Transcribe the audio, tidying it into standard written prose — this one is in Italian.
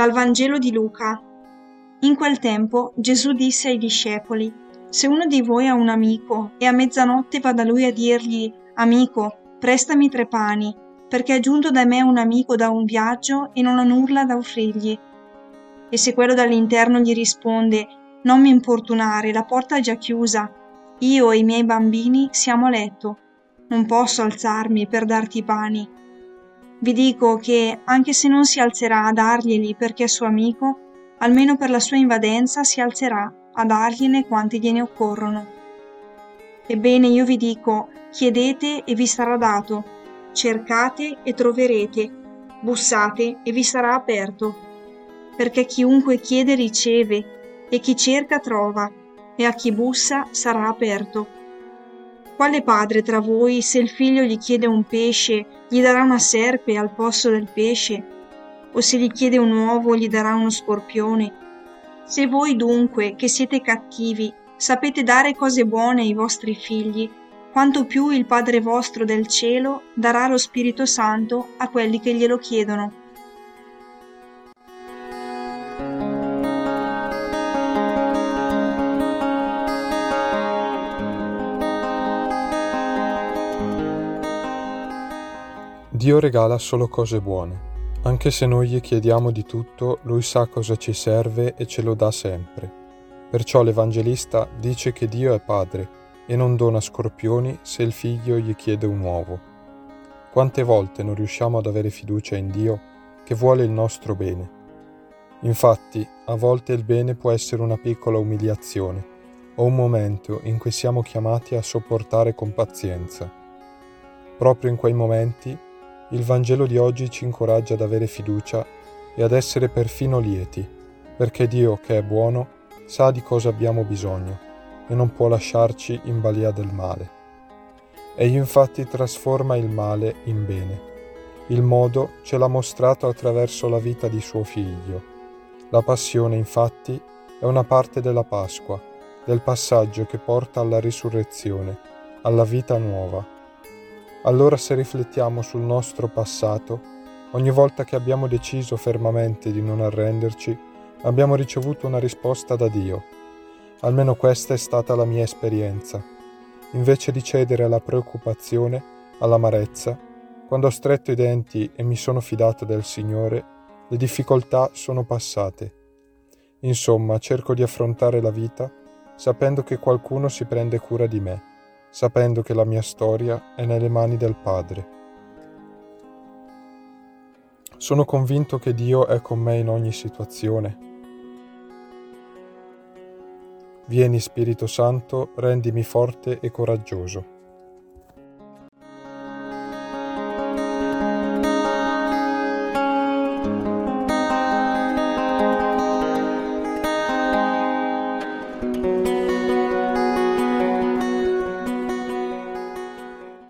Dal Vangelo di Luca. In quel tempo Gesù disse ai discepoli: «Se uno di voi ha un amico e a mezzanotte va da lui a dirgli: Amico, prestami 3 pani, perché è giunto da me un amico da un viaggio e non ho nulla da offrirgli. E se quello dall'interno gli risponde: Non mi importunare, la porta è già chiusa, io e i miei bambini siamo a letto, non posso alzarmi per darti i pani. Vi dico che, anche se non si alzerà a darglieli perché è suo amico, almeno per la sua invadenza si alzerà a dargliene quanti gliene occorrono. Ebbene, io vi dico, chiedete e vi sarà dato, cercate e troverete, bussate e vi sarà aperto. Perché chiunque chiede riceve, e chi cerca trova, e a chi bussa sarà aperto. Quale padre tra voi, se il figlio gli chiede un pesce, gli darà una serpe al posto del pesce? O se gli chiede un uovo, gli darà uno scorpione? Se voi dunque, che siete cattivi, sapete dare cose buone ai vostri figli, quanto più il Padre vostro del cielo darà lo Spirito Santo a quelli che glielo chiedono». Dio regala solo cose buone. Anche se noi gli chiediamo di tutto, Lui sa cosa ci serve e ce lo dà sempre. Perciò l'Evangelista dice che Dio è Padre e non dona scorpioni se il figlio gli chiede un uovo. Quante volte non riusciamo ad avere fiducia in Dio che vuole il nostro bene? Infatti, a volte il bene può essere una piccola umiliazione o un momento in cui siamo chiamati a sopportare con pazienza. Proprio in quei momenti il Vangelo di oggi ci incoraggia ad avere fiducia e ad essere perfino lieti, perché Dio, che è buono, sa di cosa abbiamo bisogno e non può lasciarci in balia del male. Egli infatti trasforma il male in bene. Il modo ce l'ha mostrato attraverso la vita di suo Figlio. La passione, infatti, è una parte della Pasqua, del passaggio che porta alla risurrezione, alla vita nuova. Allora, se riflettiamo sul nostro passato, ogni volta che abbiamo deciso fermamente di non arrenderci, abbiamo ricevuto una risposta da Dio. Almeno questa è stata la mia esperienza. Invece di cedere alla preoccupazione, all'amarezza, quando ho stretto i denti e mi sono fidato del Signore, le difficoltà sono passate. Insomma, cerco di affrontare la vita sapendo che qualcuno si prende cura di me, sapendo che la mia storia è nelle mani del Padre. Sono convinto che Dio è con me in ogni situazione. Vieni, Spirito Santo, rendimi forte e coraggioso.